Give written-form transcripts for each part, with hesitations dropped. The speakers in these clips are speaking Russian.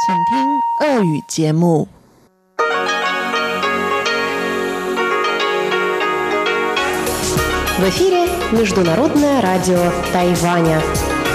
请听俄语节目。 В эфире Международное радио Тайваня.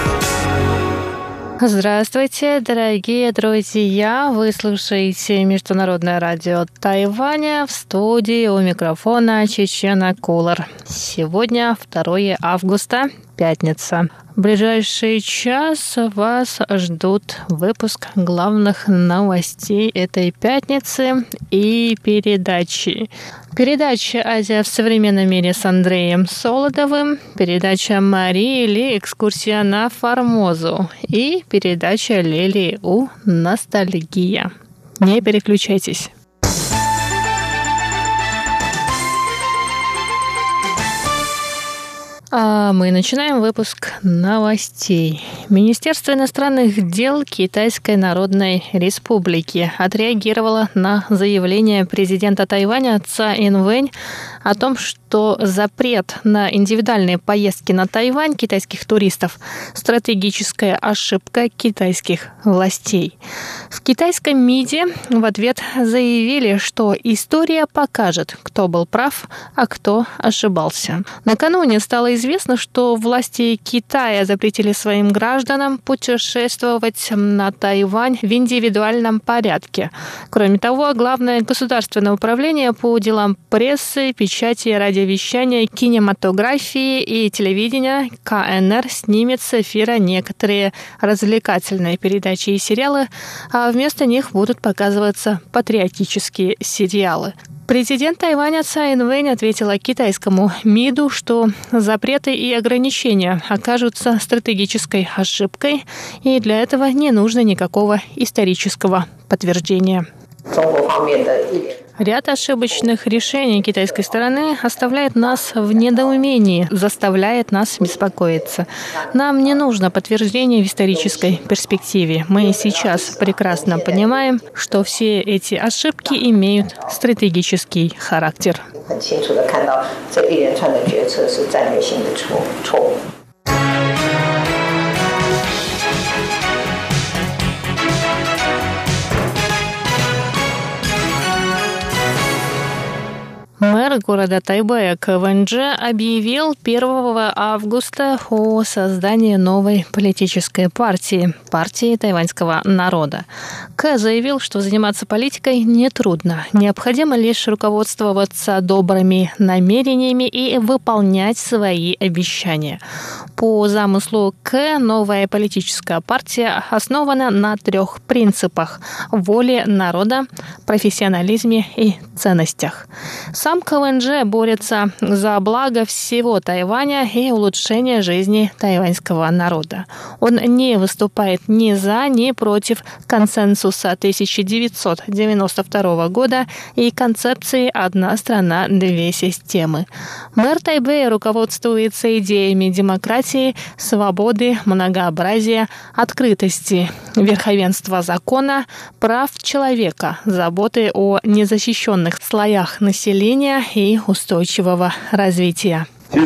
Здравствуйте, дорогие друзья! Вы слушаете Международное радио Тайваня, в студии у микрофона Чечена Кулар. Сегодня 2 августа, пятница. В ближайший час вас ждут выпуск главных новостей этой пятницы и передачи. Передача «Азия в современном мире» с Андреем Солодовым, передача Марии Ли «Экскурсия на Формозу» и передача Лилии У «Ностальгия». Не переключайтесь. А мы начинаем выпуск новостей. Министерство иностранных дел Китайской Народной Республики отреагировало на заявление президента Тайваня Цай Инвэнь о том, что запрет на индивидуальные поездки на Тайвань китайских туристов – стратегическая ошибка китайских властей. В китайском МИДе в ответ заявили, что история покажет, кто был прав, а кто ошибался. Накануне стало известно, что власти Китая запретили своим гражданам путешествовать на Тайвань в индивидуальном порядке. Кроме того, Главное государственное управление по делам прессы, печати, радиовещания, кинематографии и телевидения КНР снимет с эфира некоторые развлекательные передачи и сериалы, а вместо них будут показываться патриотические сериалы. Президент Тайваня Цай Инвэнь ответила китайскому МИДу, что запреты и ограничения окажутся стратегической ошибкой, и для этого не нужно никакого исторического подтверждения. Ряд ошибочных решений китайской стороны оставляет нас в недоумении, заставляет нас беспокоиться. Нам не нужно подтверждение в исторической перспективе. Мы сейчас прекрасно понимаем, что все эти ошибки имеют стратегический характер. Мэр города Тайбэя Кэ Вэньчжэ объявил 1 августа о создании новой политической партии – партии тайваньского народа. Кэ заявил, что заниматься политикой нетрудно. Необходимо лишь руководствоваться добрыми намерениями и выполнять свои обещания. По замыслу Кэ, новая политическая партия основана на 3 принципах – воле народа, профессионализме и ценностях. Сам Кэ Вэньчжэ борется за благо всего Тайваня и улучшение жизни тайваньского народа. Он не выступает ни за, ни против консенсуса 1992 года и концепции «Одна страна, две системы». Мэр Тайбэя руководствуется идеями демократии, свободы, многообразия, открытости, верховенства закона, прав человека, заботы о незащищенных слоях населения и устойчивого развития.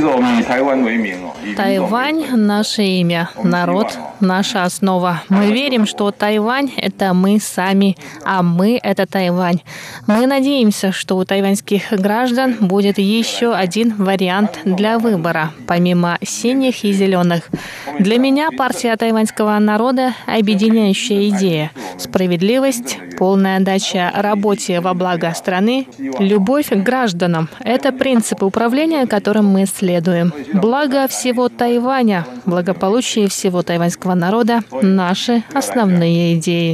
Тайвань – наше имя, народ – наша основа. Мы верим, что Тайвань – это мы сами, а мы – это Тайвань. Мы надеемся, что у тайваньских граждан будет еще один вариант для выбора, помимо синих и зеленых. Для меня партия тайваньского народа – объединяющая идея. Справедливость, полная отдача работе во благо страны, любовь к гражданам – это принципы управления, которым мы следуем. Благо всего Тайваня, благополучие всего тайваньского народа – наши основные идеи.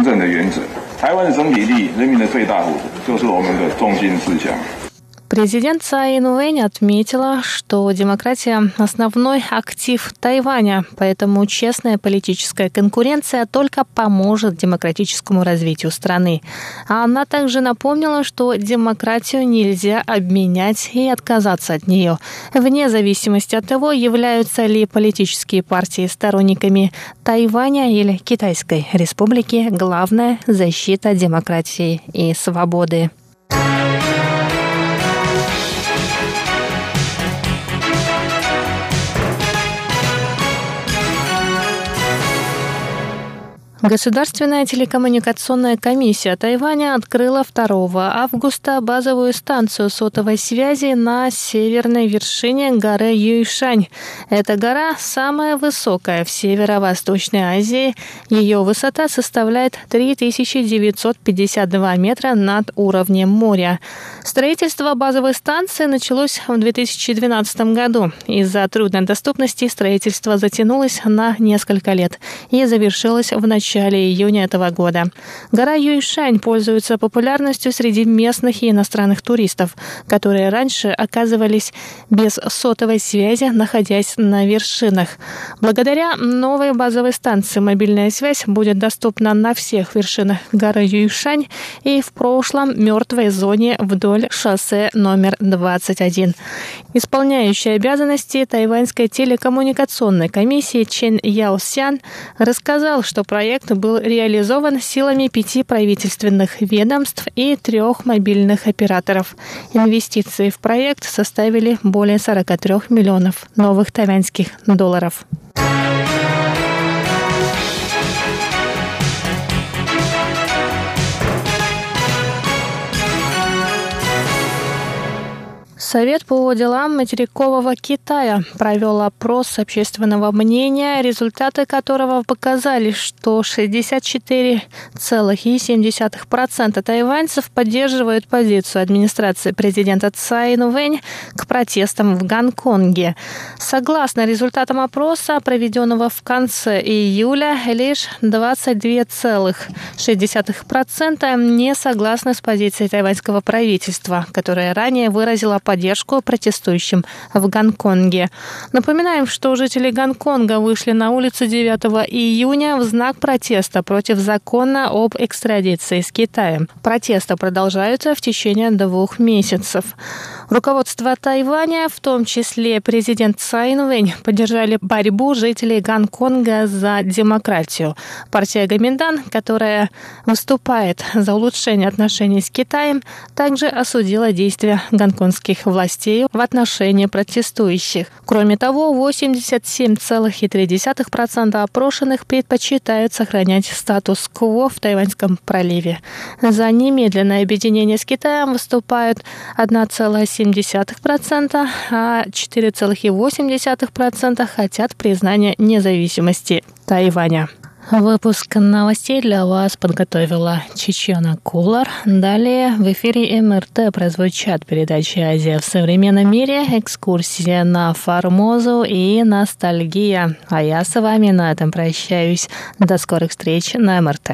Президент Цай Инвэнь отметила, что демократия – основной актив Тайваня, поэтому честная политическая конкуренция только поможет демократическому развитию страны. А она также напомнила, что демократию нельзя обменять и отказаться от нее, вне зависимости от того, являются ли политические партии сторонниками Тайваня или Китайской Республики. Главное – защита демократии и свободы. Государственная телекоммуникационная комиссия Тайваня открыла 2 августа базовую станцию сотовой связи на северной вершине горы Юйшань. Эта гора самая высокая в Северо-Восточной Азии. Ее высота составляет 3952 метра над уровнем моря. Строительство базовой станции началось в 2012 году. Из-за трудной доступности строительство затянулось на несколько лет и завершилось в начале июня этого года. Гора Юйшань пользуется популярностью среди местных и иностранных туристов, которые раньше оказывались без сотовой связи, находясь на вершинах. Благодаря новой базовой станции мобильная связь будет доступна на всех вершинах горы Юйшань и в прошлом мертвой зоне вдоль шоссе номер 21. Исполняющий обязанности Тайваньской телекоммуникационной комиссии Чен Яосян рассказал, что проект был реализован силами 5 правительственных ведомств и 3 мобильных операторов. Инвестиции в проект составили более 43 миллионов новых тайваньских долларов. Совет по делам материкового Китая провел опрос общественного мнения, результаты которого показали, что 64,7% тайваньцев поддерживают позицию администрации президента Цай Инвэнь к протестам в Гонконге. Согласно результатам опроса, проведенного в конце июля, лишь 22,6% не согласны с позицией тайваньского правительства, которое ранее выразило поддержку протестующим в Гонконге. Напоминаем, что жители Гонконга вышли на улицы 9 июня в знак протеста против закона об экстрадиции с Китаем. Протесты продолжаются в течение 2 месяцев. Руководство Тайваня, в том числе президент Цай Инвэнь, поддержали борьбу жителей Гонконга за демократию. Партия Гоминдан, которая выступает за улучшение отношений с Китаем, также осудила действия гонконгских властей в отношении протестующих. Кроме того, 87,3% опрошенных предпочитают сохранять статус-кво в Тайваньском проливе. За немедленное объединение с Китаем выступают 1,7%, а 4,8% хотят признания независимости Тайваня. Выпуск новостей для вас подготовила Чечена Кулар. Далее в эфире МРТ прозвучат передачи «Азия в современном мире», экскурсия на Формозу и ностальгия. А я с вами на этом прощаюсь. До скорых встреч на МРТ.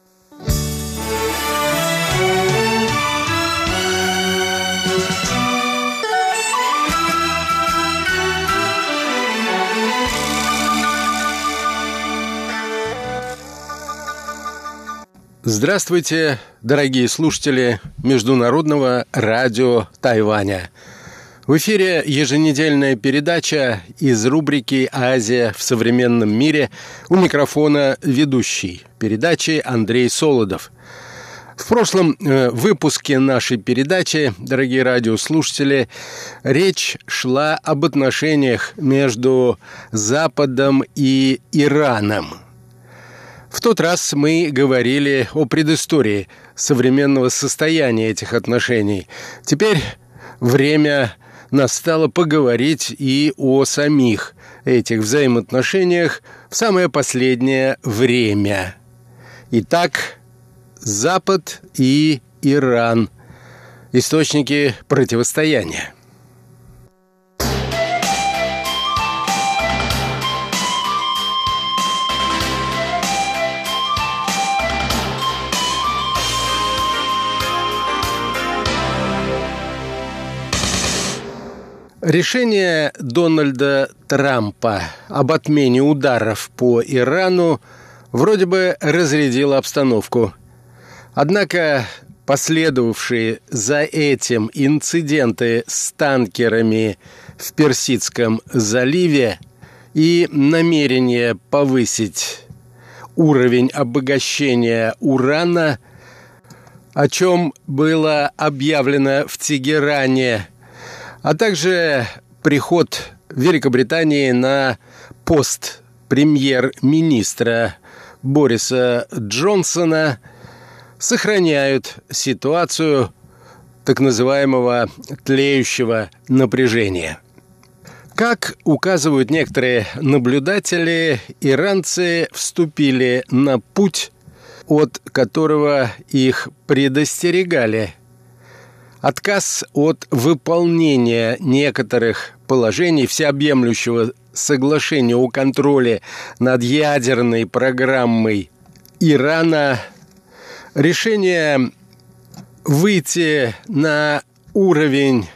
Здравствуйте, дорогие слушатели Международного радио Тайваня. В эфире еженедельная передача из рубрики «Азия в современном мире». У микрофона ведущий передачи Андрей Солодов. В прошлом выпуске нашей передачи, дорогие радиослушатели, речь шла об отношениях между Западом и Ираном. В тот раз мы говорили о предыстории современного состояния этих отношений. Теперь время настало поговорить и о самих этих взаимоотношениях в самое последнее время. Итак, Запад и Иран. Источники противостояния. Решение Дональда Трампа об отмене ударов по Ирану вроде бы разрядило обстановку. Однако последовавшие за этим инциденты с танкерами в Персидском заливе и намерение повысить уровень обогащения урана, о чем было объявлено в Тегеране, а также приход Великобритании на пост премьер-министра Бориса Джонсона сохраняют ситуацию так называемого тлеющего напряжения. Как указывают некоторые наблюдатели, иранцы вступили на путь, от которого их предостерегали. Отказ от выполнения некоторых положений всеобъемлющего соглашения о контроле над ядерной программой Ирана, решение выйти на уровень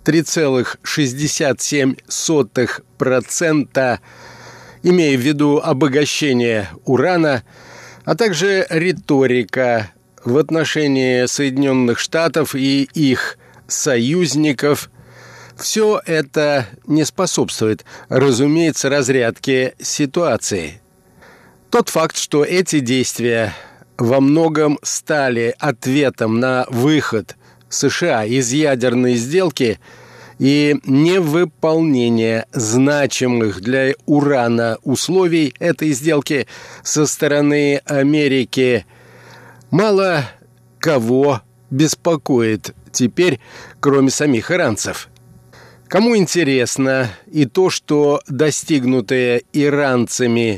3,67%, имея в виду обогащение урана, а также риторика в отношении Соединенных Штатов и их союзников, все это не способствует, разумеется, разрядке ситуации. Тот факт, что эти действия во многом стали ответом на выход США из ядерной сделки и невыполнение значимых для урана условий этой сделки со стороны Америки, мало кого беспокоит теперь, кроме самих иранцев. Кому интересно и то, что достигнутые иранцами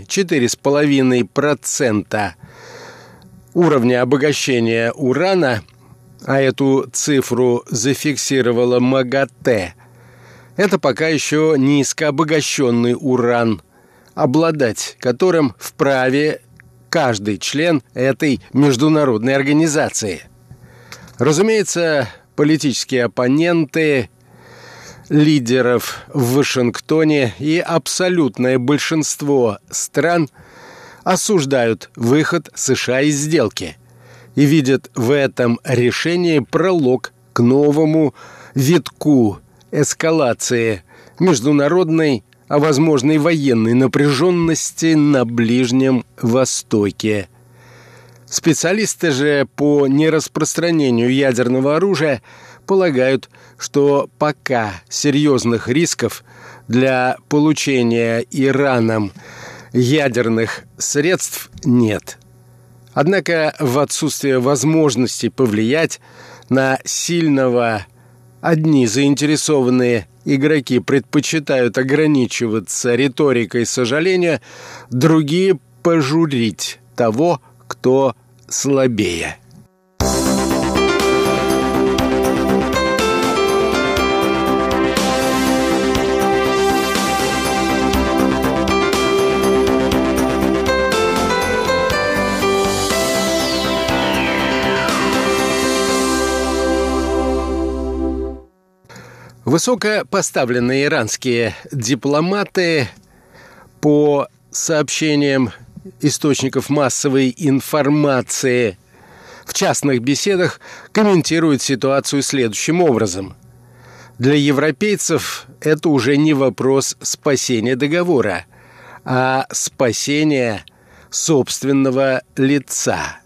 4,5% уровня обогащения урана, а эту цифру зафиксировала МАГАТЭ, это пока еще низкообогащенный уран, обладать которым вправе каждый член этой международной организации. Разумеется, политические оппоненты лидеров в Вашингтоне и абсолютное большинство стран осуждают выход США из сделки и видят в этом решении пролог к новому витку эскалации международной, а возможно и военной напряженности на Ближнем Востоке. Специалисты же по нераспространению ядерного оружия полагают, что пока серьезных рисков для получения Ираном ядерных средств нет. Однако в отсутствие возможности повлиять на сильного одни заинтересованные игроки предпочитают ограничиваться риторикой сожаления, другие пожурить того, кто слабее. Высокопоставленные иранские дипломаты, по сообщениям источников массовой информации, в частных беседах комментируют ситуацию следующим образом. Для европейцев это уже не вопрос спасения договора, а спасения собственного лица.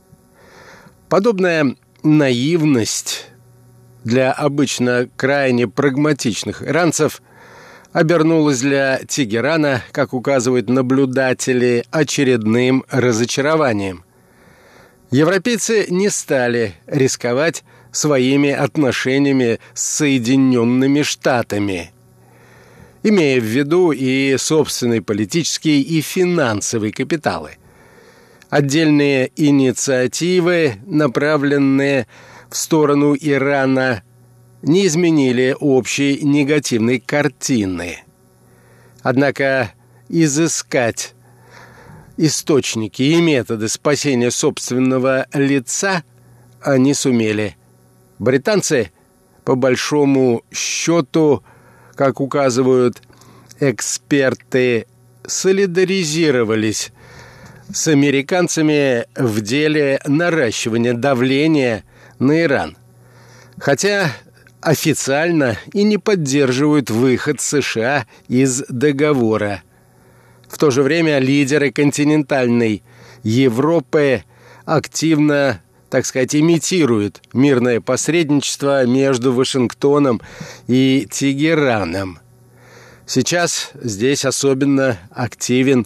Подобная наивность для обычно крайне прагматичных иранцев обернулась для Тегерана, как указывают наблюдатели, очередным разочарованием. Европейцы не стали рисковать своими отношениями с Соединенными Штатами, имея в виду и собственные политические и финансовые капиталы. Отдельные инициативы, направленные в сторону Ирана, не изменили общей негативной картины. Однако изыскать источники и методы спасения собственного лица они сумели. Британцы, по большому счету, как указывают эксперты, солидаризировались с американцами в деле наращивания давления на Иран, хотя официально и не поддерживают выход США из договора. В то же время лидеры континентальной Европы активно, так сказать, имитируют мирное посредничество между Вашингтоном и Тегераном. Сейчас здесь особенно активен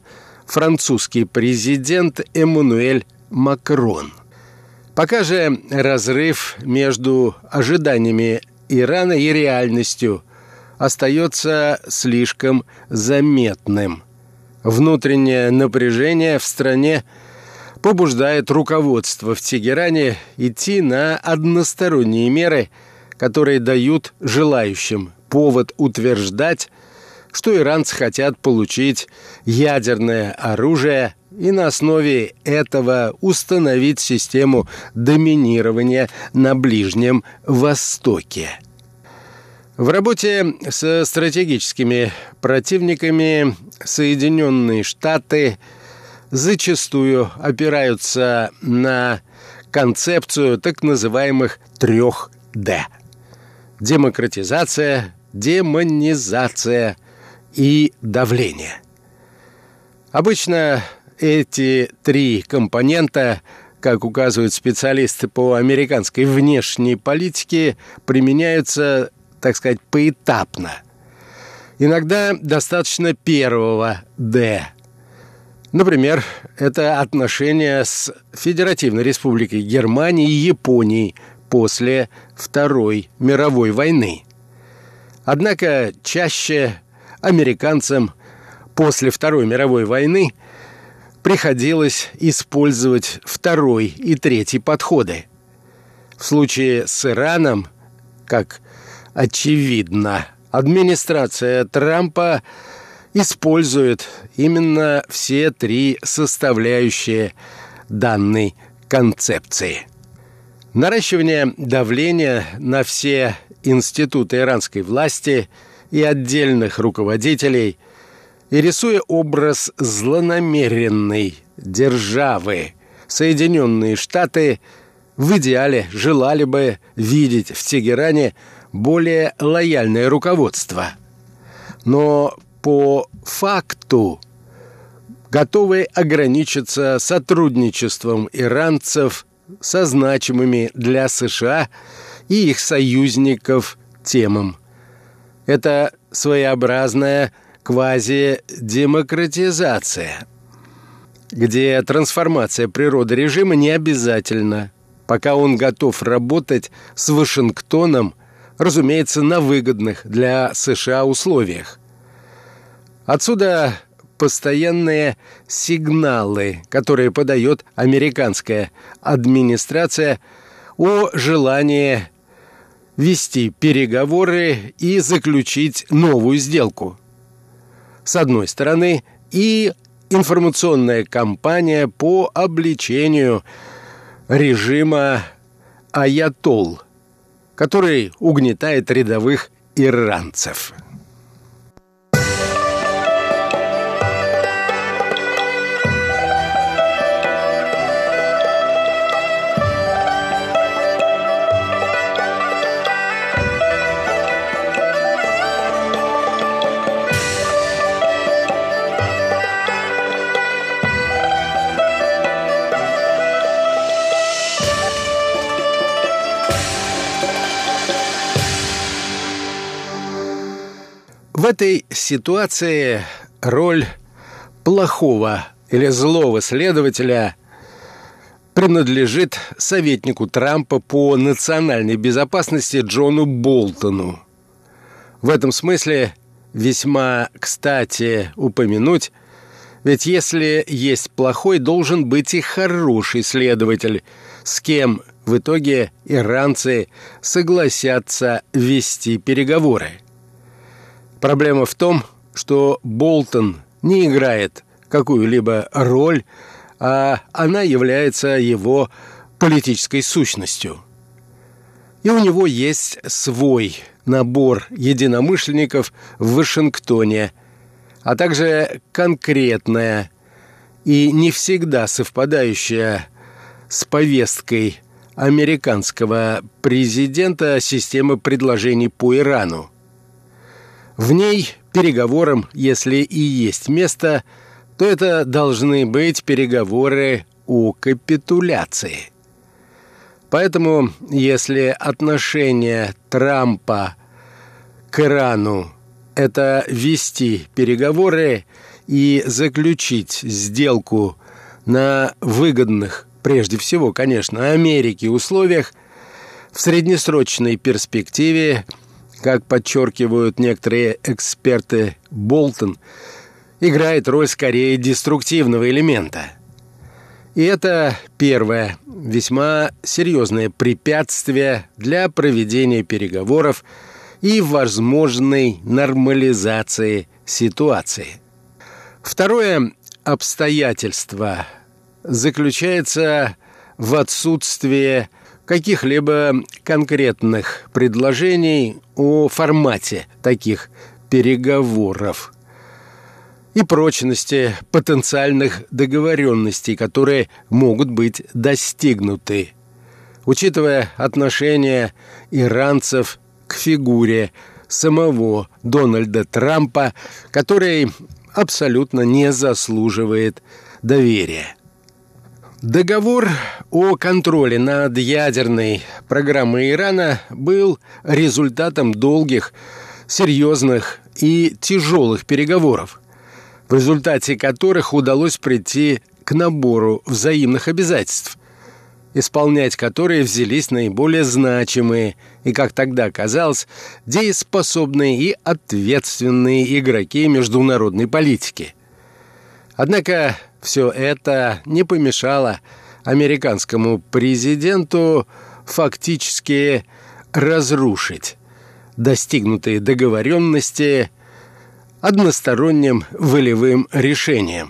французский президент Эммануэль Макрон. Пока же разрыв между ожиданиями Ирана и реальностью остается слишком заметным. Внутреннее напряжение в стране побуждает руководство в Тегеране идти на односторонние меры, которые дают желающим повод утверждать, что иранцы хотят получить ядерное оружие и на основе этого установить систему доминирования на Ближнем Востоке. В работе со стратегическими противниками Соединенные Штаты зачастую опираются на концепцию так называемых 3D – демократизация, демонизация и давление. Обычно эти три компонента, как указывают специалисты по американской внешней политике, применяются, так сказать, поэтапно. Иногда достаточно первого «Д». Например, это отношения с Федеративной Республикой Германии и Японией после Второй мировой войны. Однако чаще американцам после Второй мировой войны приходилось использовать второй и третий подходы. В случае с Ираном, как очевидно, администрация Трампа использует именно все три составляющие данной концепции. Наращивание давления на все институты иранской власти и отдельных руководителей и рисуя образ злонамеренной державы, Соединенные Штаты в идеале желали бы видеть в Тегеране более лояльное руководство. Но по факту готовы ограничиться сотрудничеством иранцев со значимыми для США и их союзников темам. Это своеобразная квазидемократизация, где трансформация природы режима не обязательна, пока он готов работать с Вашингтоном, разумеется, на выгодных для США условиях. Отсюда постоянные сигналы, которые подает американская администрация о желании вести переговоры и заключить новую сделку. С одной стороны, и информационная кампания по обличению режима аятолл, который угнетает рядовых иранцев. В этой ситуации роль плохого или злого следователя принадлежит советнику Трампа по национальной безопасности Джону Болтону. В этом смысле весьма кстати упомянуть, ведь если есть плохой, должен быть и хороший следователь, с кем в итоге иранцы согласятся вести переговоры. Проблема в том, что Болтон не играет какую-либо роль, а она является его политической сущностью. И у него есть свой набор единомышленников в Вашингтоне, а также конкретная и не всегда совпадающая с повесткой американского президента система предложений по Ирану. В ней переговорам, если и есть место, то это должны быть переговоры о капитуляции. Поэтому, если отношение Трампа к Ирану – это вести переговоры и заключить сделку на выгодных, прежде всего, конечно, Америке условиях, в среднесрочной перспективе, как подчеркивают некоторые эксперты, Болтон играет роль скорее деструктивного элемента. И это первое, весьма серьезное препятствие для проведения переговоров и возможной нормализации ситуации. Второе обстоятельство заключается в отсутствии каких-либо конкретных предложений о формате таких переговоров и прочности потенциальных договоренностей, которые могут быть достигнуты, учитывая отношение иранцев к фигуре самого Дональда Трампа, который абсолютно не заслуживает доверия. Договор о контроле над ядерной программой Ирана был результатом долгих, серьезных и тяжелых переговоров, в результате которых удалось прийти к набору взаимных обязательств, исполнять которые взялись наиболее значимые и, как тогда казалось, дееспособные и ответственные игроки международной политики. Однако все это не помешало американскому президенту фактически разрушить достигнутые договоренности односторонним волевым решением.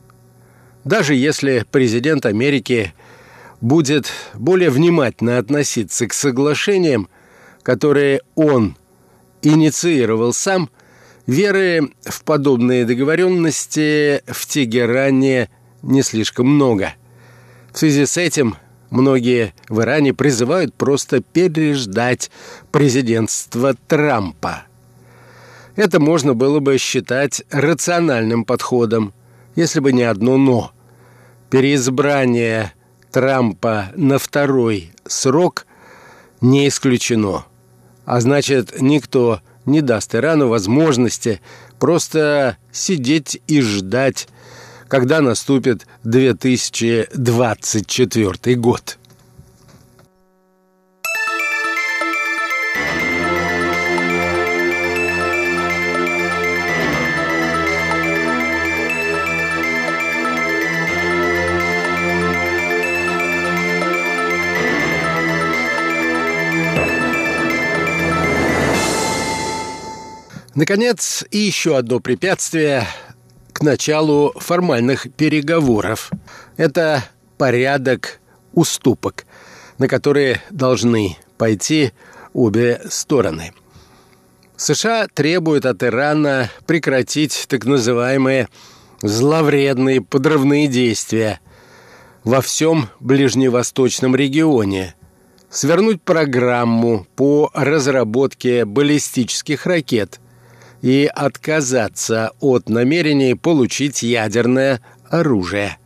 Даже если президент Америки будет более внимательно относиться к соглашениям, которые он инициировал сам, веры в подобные договоренности в Тегеране не слишком много. В связи с этим многие в Иране призывают просто переждать президентство Трампа. Это можно было бы считать рациональным подходом, если бы не одно «но». Переизбрание Трампа на второй срок не исключено, а значит, никто не даст Ирану возможности просто сидеть и ждать, когда наступит 2024 год. Наконец, и еще одно препятствие к началу формальных переговоров. Это порядок уступок, на которые должны пойти обе стороны. США требуют от Ирана прекратить так называемые зловредные подрывные действия во всем ближневосточном регионе, свернуть программу по разработке баллистических ракет и отказаться от намерений получить ядерное оружие.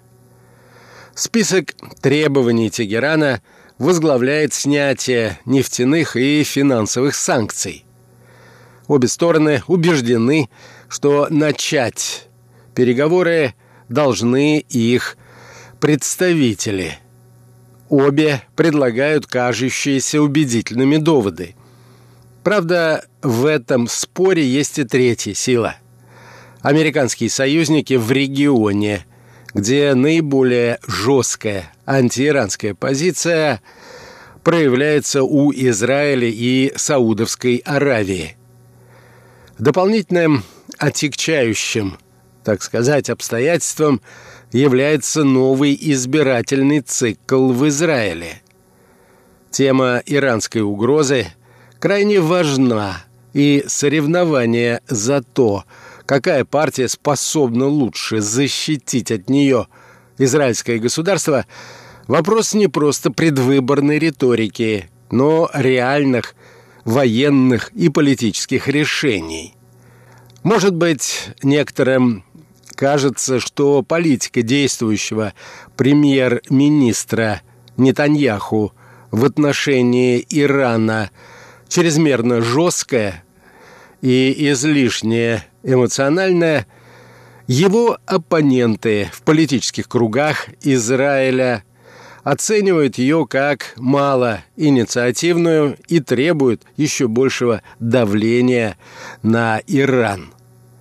Список требований Тегерана возглавляет снятие нефтяных и финансовых санкций. Обе стороны убеждены, что начать переговоры должны их представители. Обе предлагают кажущиеся убедительными доводы. Правда, в этом споре есть и третья сила. Американские союзники в регионе, где наиболее жесткая антииранская позиция проявляется у Израиля и Саудовской Аравии. Дополнительным отягчающим, так сказать, обстоятельством является новый избирательный цикл в Израиле. Тема иранской угрозы крайне важна, и соревнование за то, какая партия способна лучше защитить от нее израильское государство, вопрос не просто предвыборной риторики, но реальных военных и политических решений. Может быть, некоторым кажется, что политика действующего премьер-министра Нетаньяху в отношении Ирана чрезмерно жесткая и излишне эмоциональная, Его оппоненты в политических кругах Израиля оценивают ее как малоинициативную и требуют еще большего давления на Иран.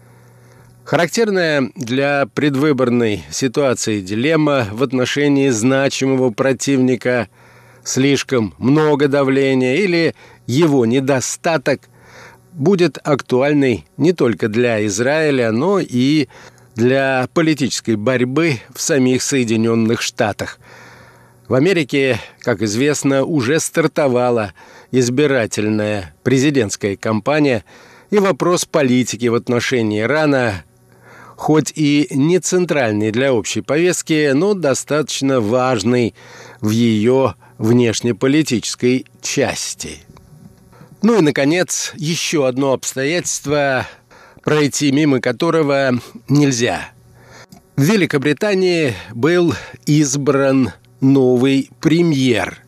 Характерная для предвыборной ситуации дилемма в отношении значимого противника, слишком много давления или его недостаток, будет актуальной не только для Израиля, но и для политической борьбы в самих Соединенных Штатах. В Америке, как известно, уже стартовала избирательная президентская кампания, и вопрос политики в отношении Ирана, хоть и не центральный для общей повестки, но достаточно важный в ее внешнеполитической части. Ну и, наконец, еще одно обстоятельство, пройти мимо которого нельзя. В Великобритании был избран новый премьер.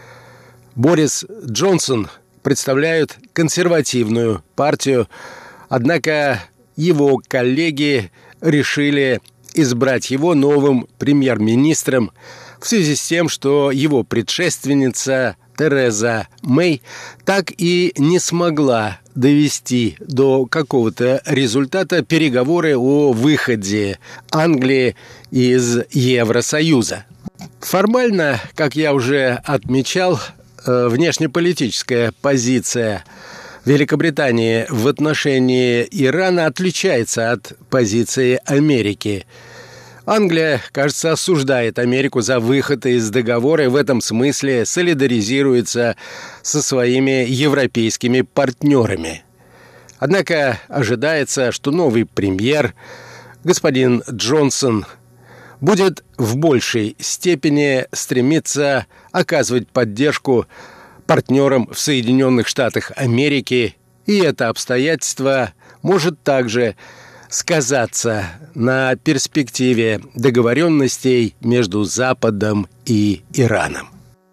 Борис Джонсон представляет консервативную партию, однако его коллеги решили избрать его новым премьер-министром в связи с тем, что его предшественница Тереза Мэй так и не смогла довести до какого-то результата переговоры о выходе Англии из Евросоюза. Формально, как я уже отмечал, внешнеполитическая позиция Великобритании в отношении Ирана отличается от позиции Америки. Англия, кажется, осуждает Америку за выход из договора и в этом смысле солидаризируется со своими европейскими партнерами. Однако ожидается, что новый премьер, господин Джонсон, будет в большей степени стремиться оказывать поддержку партнерам в Соединенных Штатах Америки, и это обстоятельство может также сказаться на перспективе договоренностей между Западом и Ираном.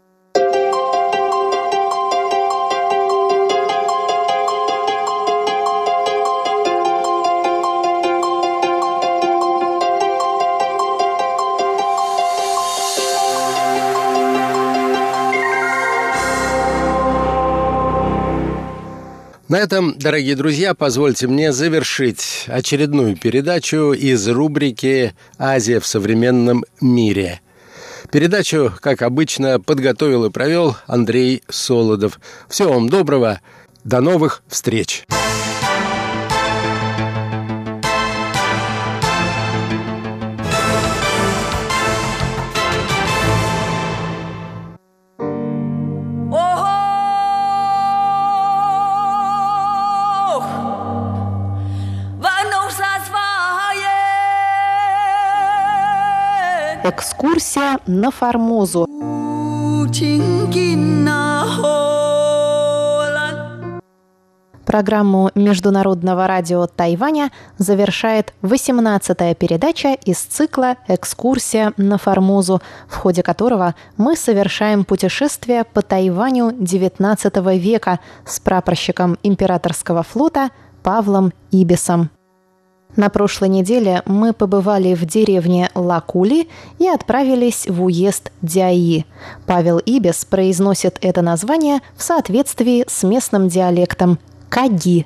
На этом, дорогие друзья, позвольте мне завершить очередную передачу из рубрики «Азия в современном мире». Передачу, как обычно, подготовил и провел Андрей Солодов. Всего вам доброго, до новых встреч! Экскурсия на Формозу. Программу Международного радио Тайваня завершает 18-я передача из цикла «Экскурсия на Формозу», в ходе которого мы совершаем путешествие по Тайваню XIX века с прапорщиком императорского флота Павлом Ибисом. На прошлой неделе мы побывали в деревне Лакули и отправились в уезд Дяи. Павел Ибис произносит это название в соответствии с местным диалектом Каги.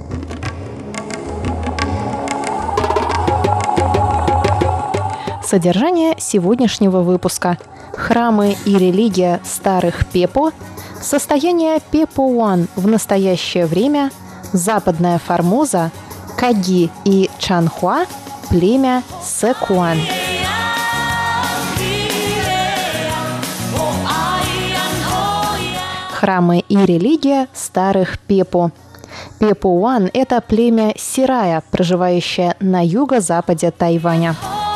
Содержание сегодняшнего выпуска. Храмы и религия старых Пепо, состояние Пепо-Уан в настоящее время, западная Формоза, Каги и Чанхуа, племя Секуан. Храмы и религия старых Пепо. Пепо-Уан – это племя Сирая, проживающее на юго-западе Тайваня.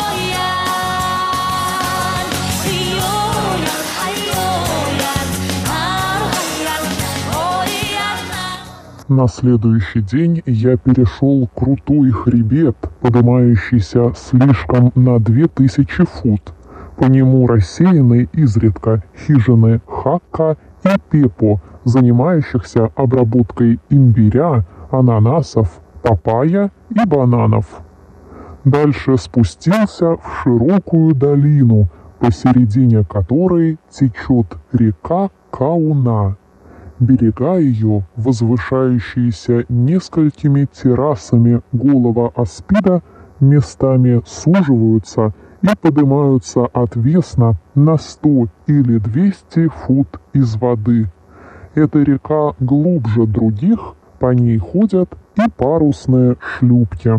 На следующий день я перешел крутой хребет, поднимающийся слишком на 2000 фут. По нему рассеяны изредка хижины Хакка и Пепо, занимающихся обработкой имбиря, ананасов, папайя и бананов. Дальше спустился в широкую долину, посередине которой течет река Кауна. Берега ее, возвышающиеся несколькими террасами голого аспида, местами суживаются и поднимаются отвесно на 100 или 200 фут из воды. Эта река глубже других, по ней ходят и парусные шлюпки.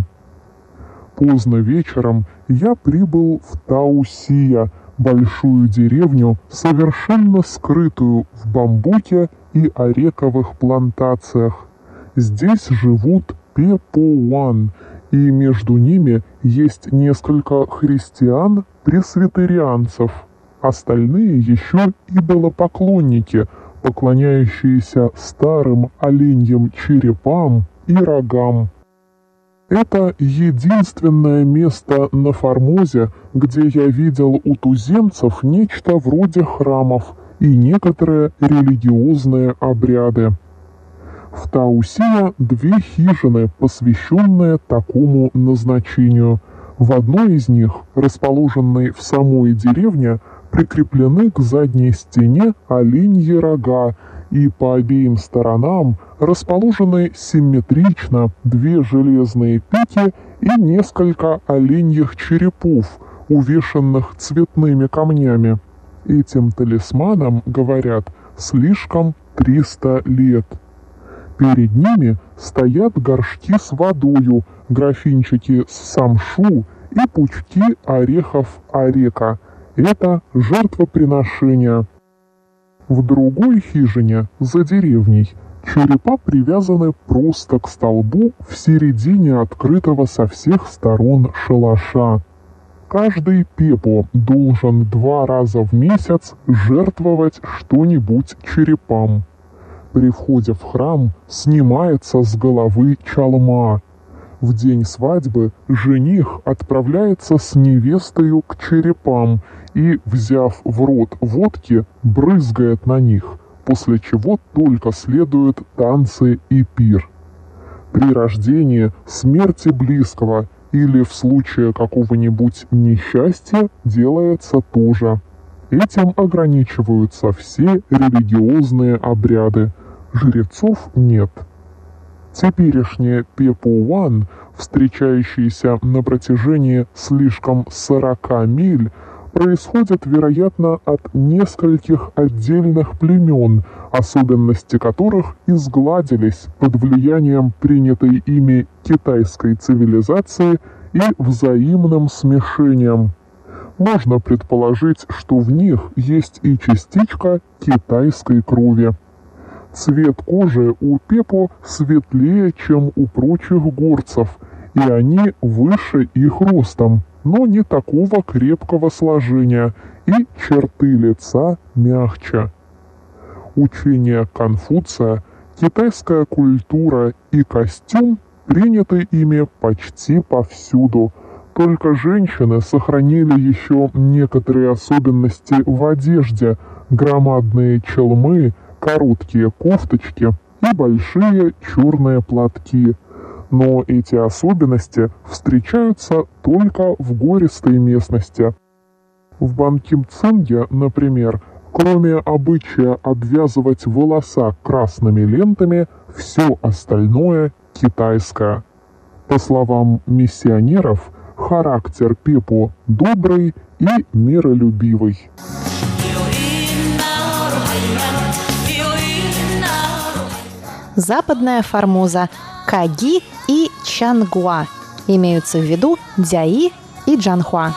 Поздно вечером я прибыл в Таусия, большую деревню, совершенно скрытую в бамбуке и орековых плантациях. Здесь живут пепуан, и между ними есть несколько христиан-пресвитерианцев. Остальные еще идолопоклонники, поклоняющиеся старым оленьим черепам и рогам. Это единственное место на Формозе, где я видел у туземцев нечто вроде храмов и некоторые религиозные обряды. В Таусия 2 хижины, посвященные такому назначению. В одной из них, расположенной в самой деревне, прикреплены к задней стене оленьи рога, и по обеим сторонам расположены симметрично 2 железные пики и несколько оленьих черепов, увешанных цветными камнями. Этим талисманам, говорят, слишком 300 лет. Перед ними стоят горшки с водою, графинчики с самшу и пучки орехов орека. Это жертвоприношение. В другой хижине, за деревней, черепа привязаны просто к столбу в середине открытого со всех сторон шалаша. Каждый пепо должен 2 раза в месяц жертвовать что-нибудь черепам. При входе в храм снимается с головы чалма. В день свадьбы жених отправляется с невестою к черепам и, взяв в рот водки, брызгает на них, после чего только следуют танцы и пир. При рождении, смерти близкого или в случае какого-нибудь несчастья делается то же. Этим ограничиваются все религиозные обряды. Жрецов нет. Теперешние пепуан, встречающиеся на протяжении слишком 40 миль, происходят, вероятно, от нескольких отдельных племен, особенности которых изгладились под влиянием принятой ими китайской цивилизации и взаимным смешением. Можно предположить, что в них есть и частичка китайской крови. Цвет кожи у пепо светлее, чем у прочих горцев, и они выше их ростом, но не такого крепкого сложения, и черты лица мягче. Учение Конфуция, китайская культура и костюм приняты ими почти повсюду, только женщины сохранили еще некоторые особенности в одежде, громадные челмы, короткие кофточки и большие черные платки. Но эти особенности встречаются только в гористой местности. В Банким-Цинге, например, кроме обычая обвязывать волоса красными лентами, все остальное китайское. По словам миссионеров, характер пепо добрый и миролюбивый. Западная Формоза, Каги и Чангуа. Имеются в виду Дзяи и Джанхуа.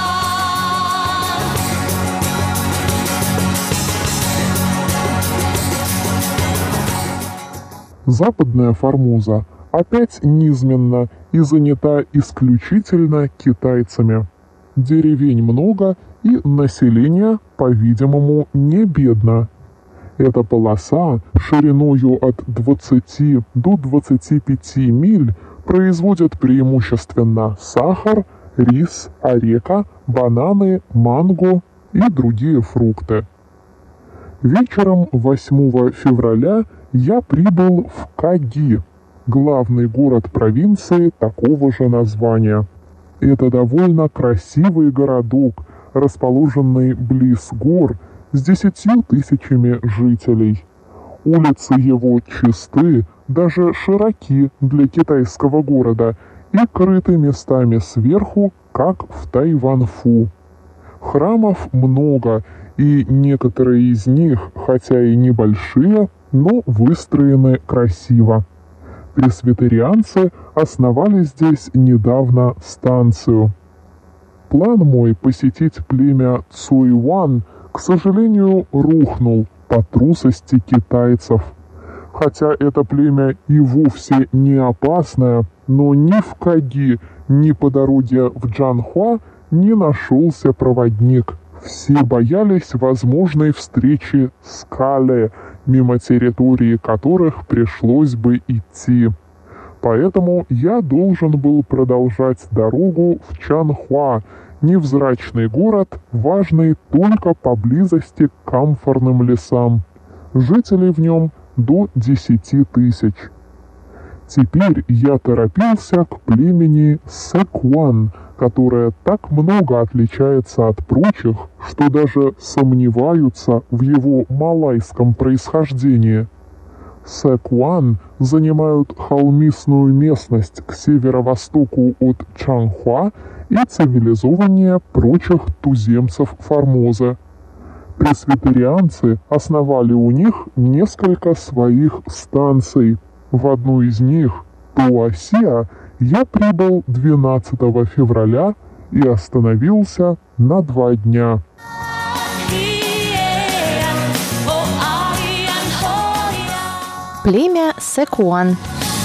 Западная Формоза опять низменна и занята исключительно китайцами. Деревень много и население, по-видимому, не бедно. Эта полоса шириною от 20 до 25 миль производит преимущественно сахар, рис, орека, бананы, манго и другие фрукты. Вечером 8 февраля я прибыл в Каги, главный город провинции такого же названия. Это довольно красивый городок, расположенный близ гор с 10 тысячами жителей. Улицы его чисты, даже широки для китайского города и крыты местами сверху, как в Тайваньфу. Храмов много, и некоторые из них, хотя и небольшие, но выстроены красиво. Пресвитерианцы основали здесь недавно станцию. План мой посетить племя Цуйван, к сожалению, рухнул по трусости китайцев. Хотя это племя и вовсе не опасное, но ни в Каги, ни по дороге в Джанхуа не нашелся проводник. Все боялись возможной встречи с Кале, мимо территории которых пришлось бы идти. Поэтому я должен был продолжать дорогу в Чанхуа, невзрачный город, важный только поблизости к камфорным лесам. Жителей в нем до 10 тысяч. Теперь я торопился к племени Сэкуан, которое так много отличается от прочих, что даже сомневаются в его малайском происхождении. Сэкуан занимают холмистую местность к северо-востоку от Чанхуа и цивилизованнее прочих туземцев Формозы. Пресвитерианцы основали у них несколько своих станций. В одну из них, Туасиа, я прибыл 12 февраля и остановился на 2 дня. Племя Сэкуан.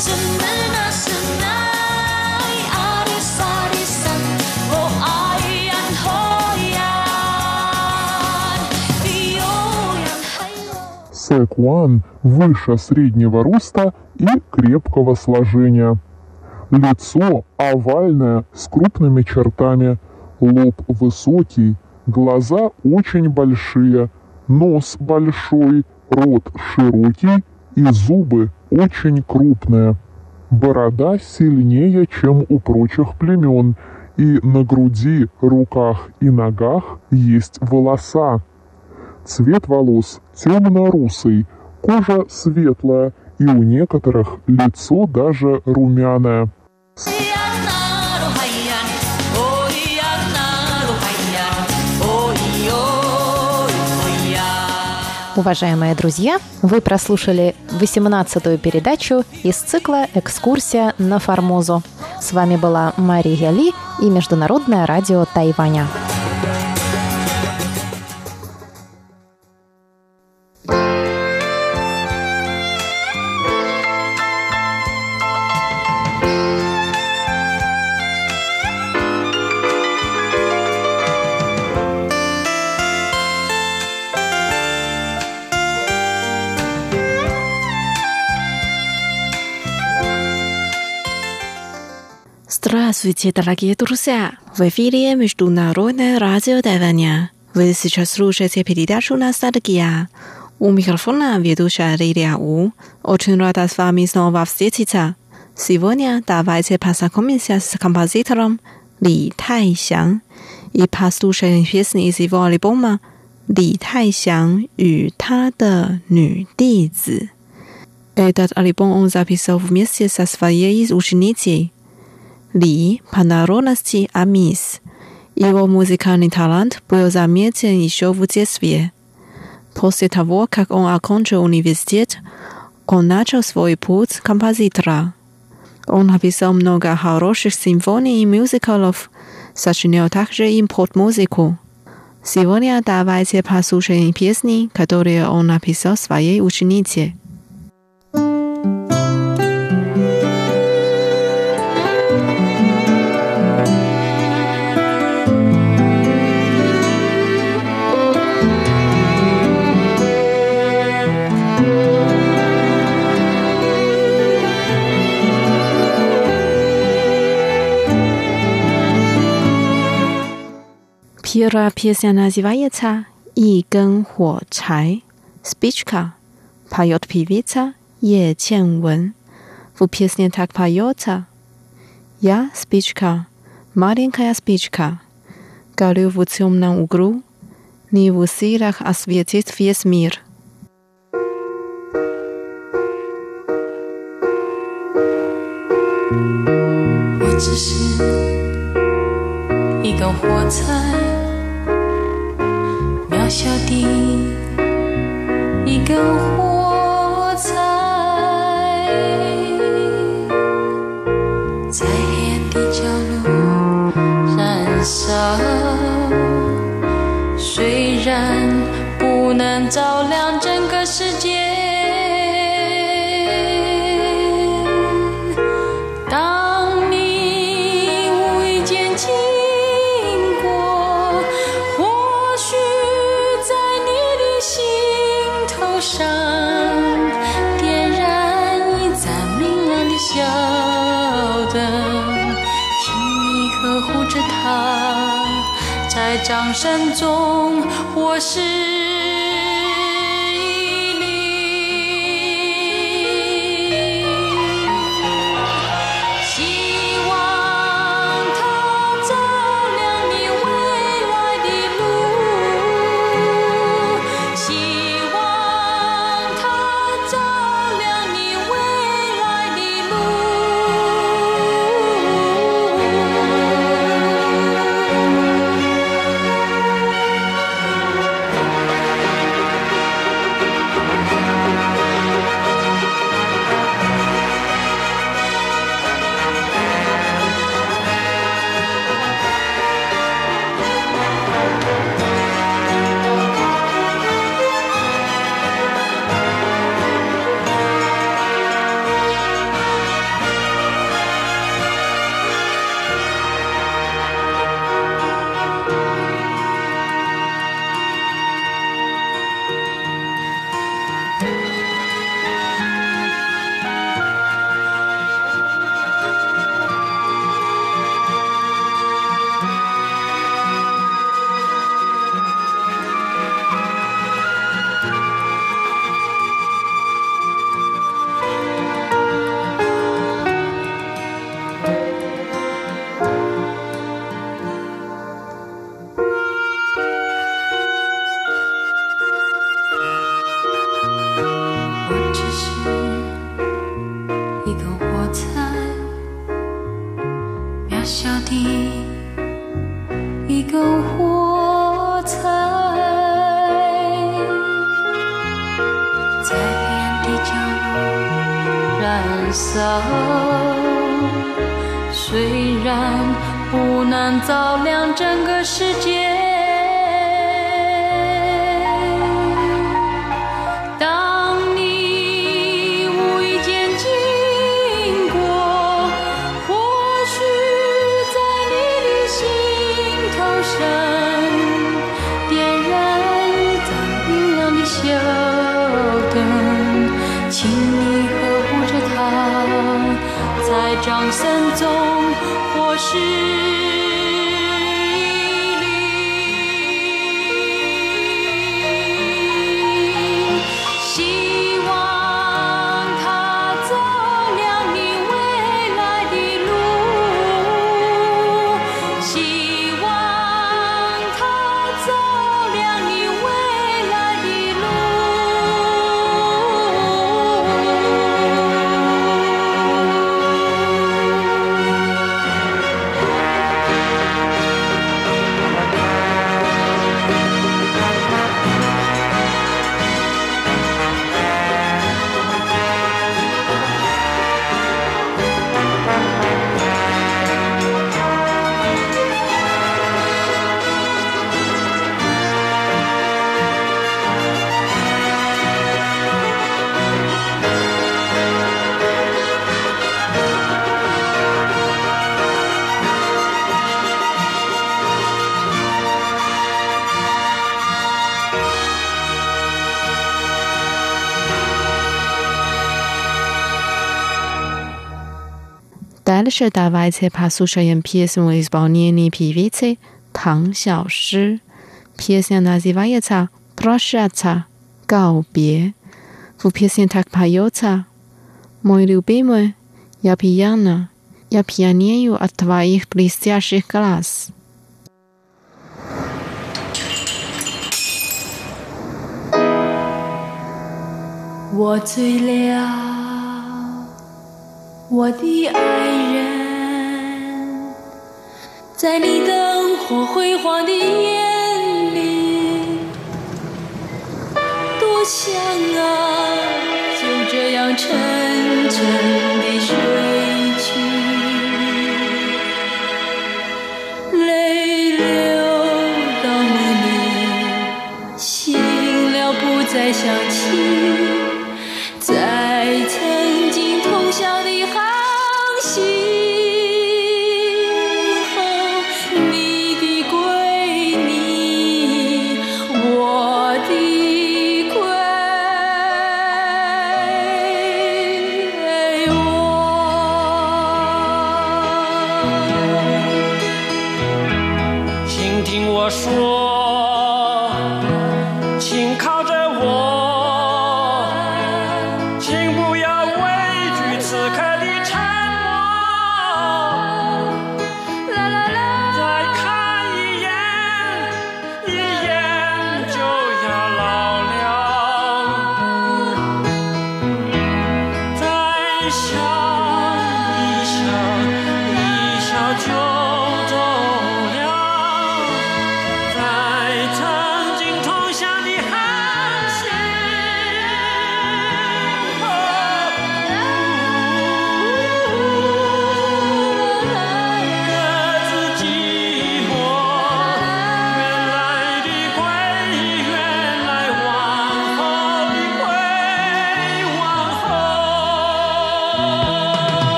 Сэкуан выше среднего роста и крепкого сложения. Лицо овальное, с крупными чертами, лоб высокий, глаза очень большие, нос большой, рот широкий и зубы очень крупные. Борода сильнее, чем у прочих племен, и на груди, руках и ногах есть волоса. Цвет волос темно-русый, кожа светлая, и у некоторых лицо даже румяное. Уважаемые друзья, вы прослушали 18-ю передачу из цикла «Экскурсия на Формозу». С вами была Мария Ли и Международное радио Тайваня. Здравствуйте, дорогие друзья! В эфире Международное радио Тайваня. Вы сейчас слушаете передачу «Ностальгия». У микрофона ведущая Лилия У. Очень рада с вами снова встретиться. Сегодня давайте познакомимся с композитором Ли Тайсян и послушаем песни из его альбома «Ли Тайсян и他的女弟子». Этот альбом он записал вместе со своей ученицей Ли по народности Амис. Его музыкальный талант был заметен еще в детстве. После того, как он окончил университет, он начал свой путь композитора. Он написал много хороших симфоний и мюзиклов, сочинял также и поп-музыку. Сегодня давайте послушаем песни, которые он написал своей ученице. Первая песня называется «一根火柴» «Спичка». Поет певица Е Чен Вэн. В песне так поется: «Я спичка, маленькая спичка. Горю в темном углу, не в силах осветить весь мир. 我只是一根火柴，渺小的一根火柴，在黑暗的角落燃烧，虽然不能照亮整个世界。在掌声中，我是一粒希望，它照亮你未来的路，希望它照亮你未来的路。小的一根火柴，在黑暗的角落燃烧，虽然不能照亮整个世界。请你呵护着它，在掌声中，或是一粒希望，它照亮你未来的路，希望它照亮你未来的路。 Дальше давайте послушаем песню в исполнении певицы Тang Xiaoshi. Песня называется «Прощаться», «告别». В песне так поется: «Мой любимый, я пьяна, Я пьянею от твоих блестящих глаз. 我醉了，我的爱人，在你灯火辉煌的眼里，多想啊，就这样沉沉地睡去，泪流到梦里，醒了不再想起。在曾经同乡的航行后，你的归，你我的归我。请听我说，请靠着我。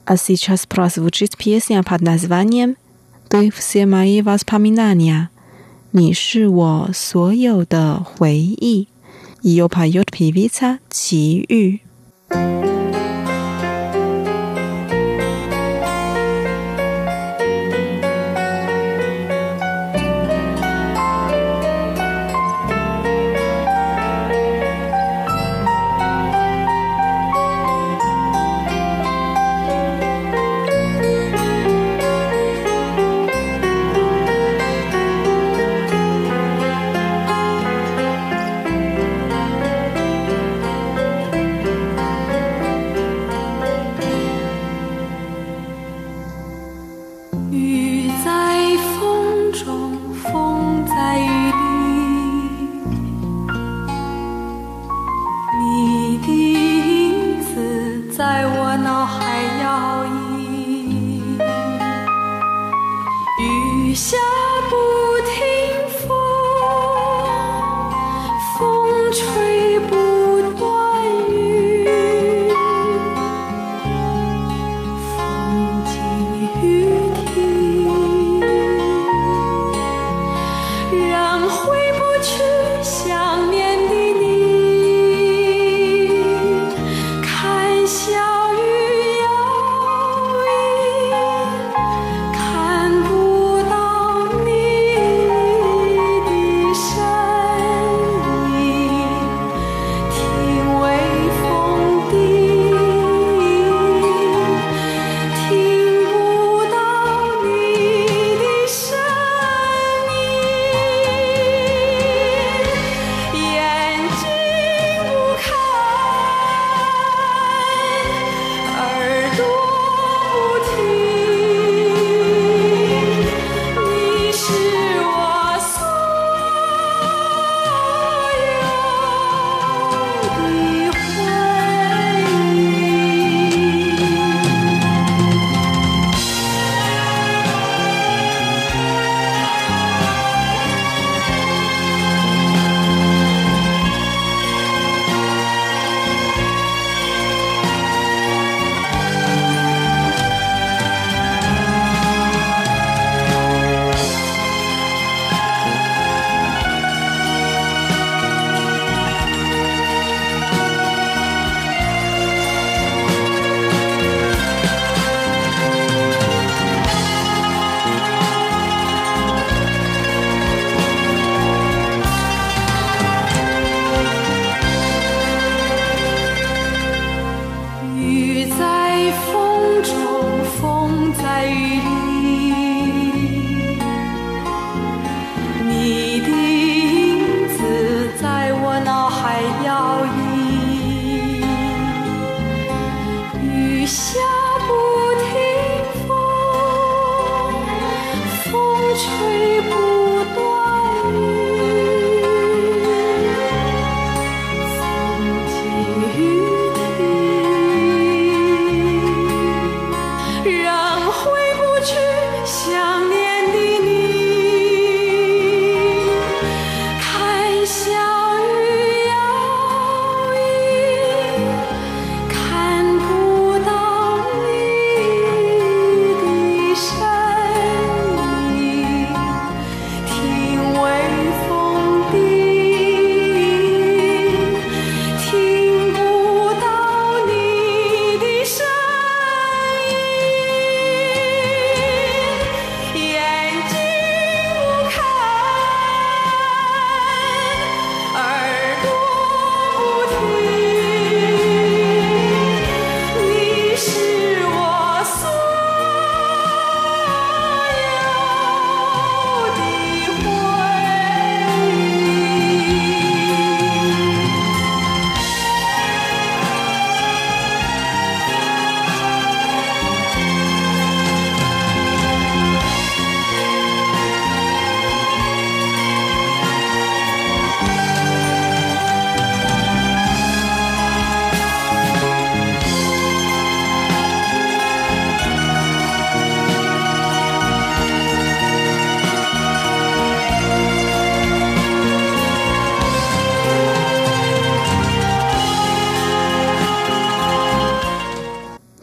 А сейчас прозвучит песня под названием «Ты все мои воспоминания», 你是我所有的回忆. Ее поет певица Qi Yu.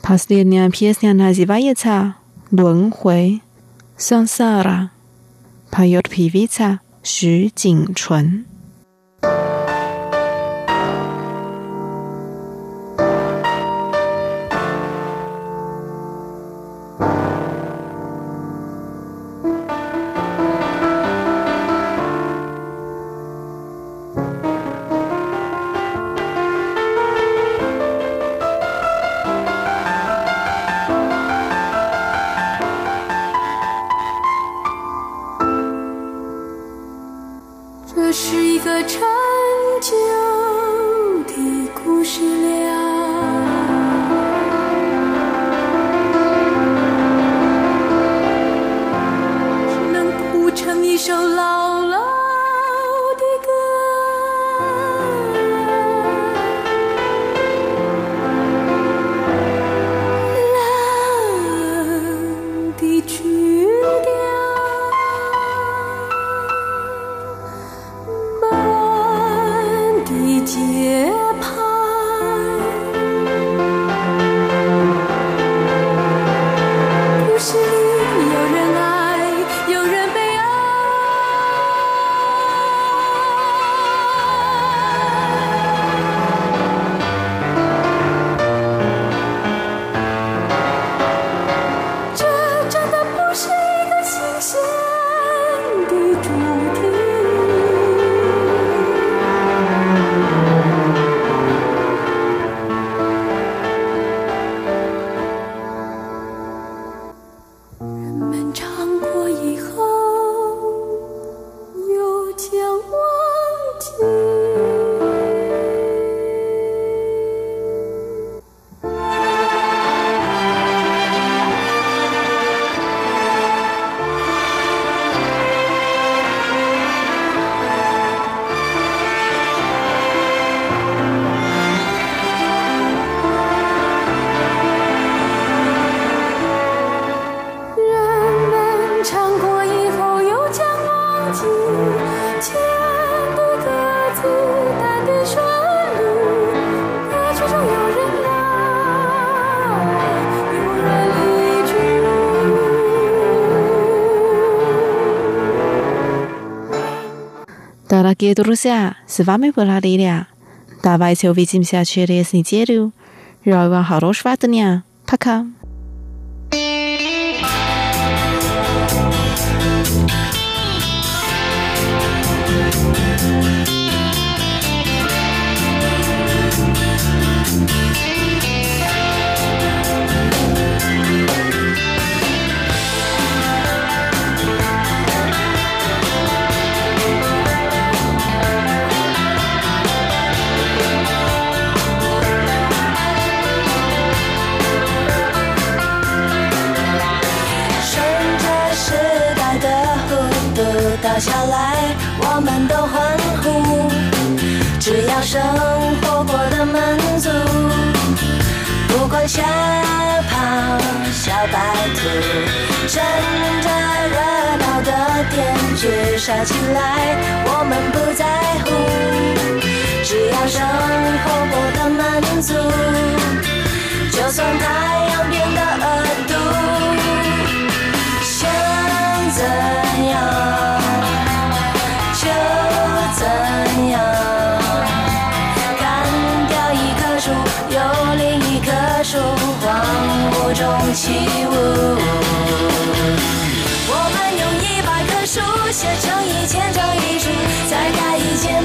Последняя песня называется «轮回» Сансара. Поет певица Xu Jingchun. Дорогие друзья, с вами была Лилия. Давайте увидимся через неделю. Желаю вам хорошего дня. Пока. 倒下来，我们都欢呼。只要生活过得满足，不管小跑小白兔，趁着热闹的天剧杀起来，我们不在乎。只要生活过得满足，就算太阳变得恶毒，想怎样就怎样，砍掉一棵树，有另一棵树，荒芜中起舞。我们用100棵树写成1000张遗书，再盖1000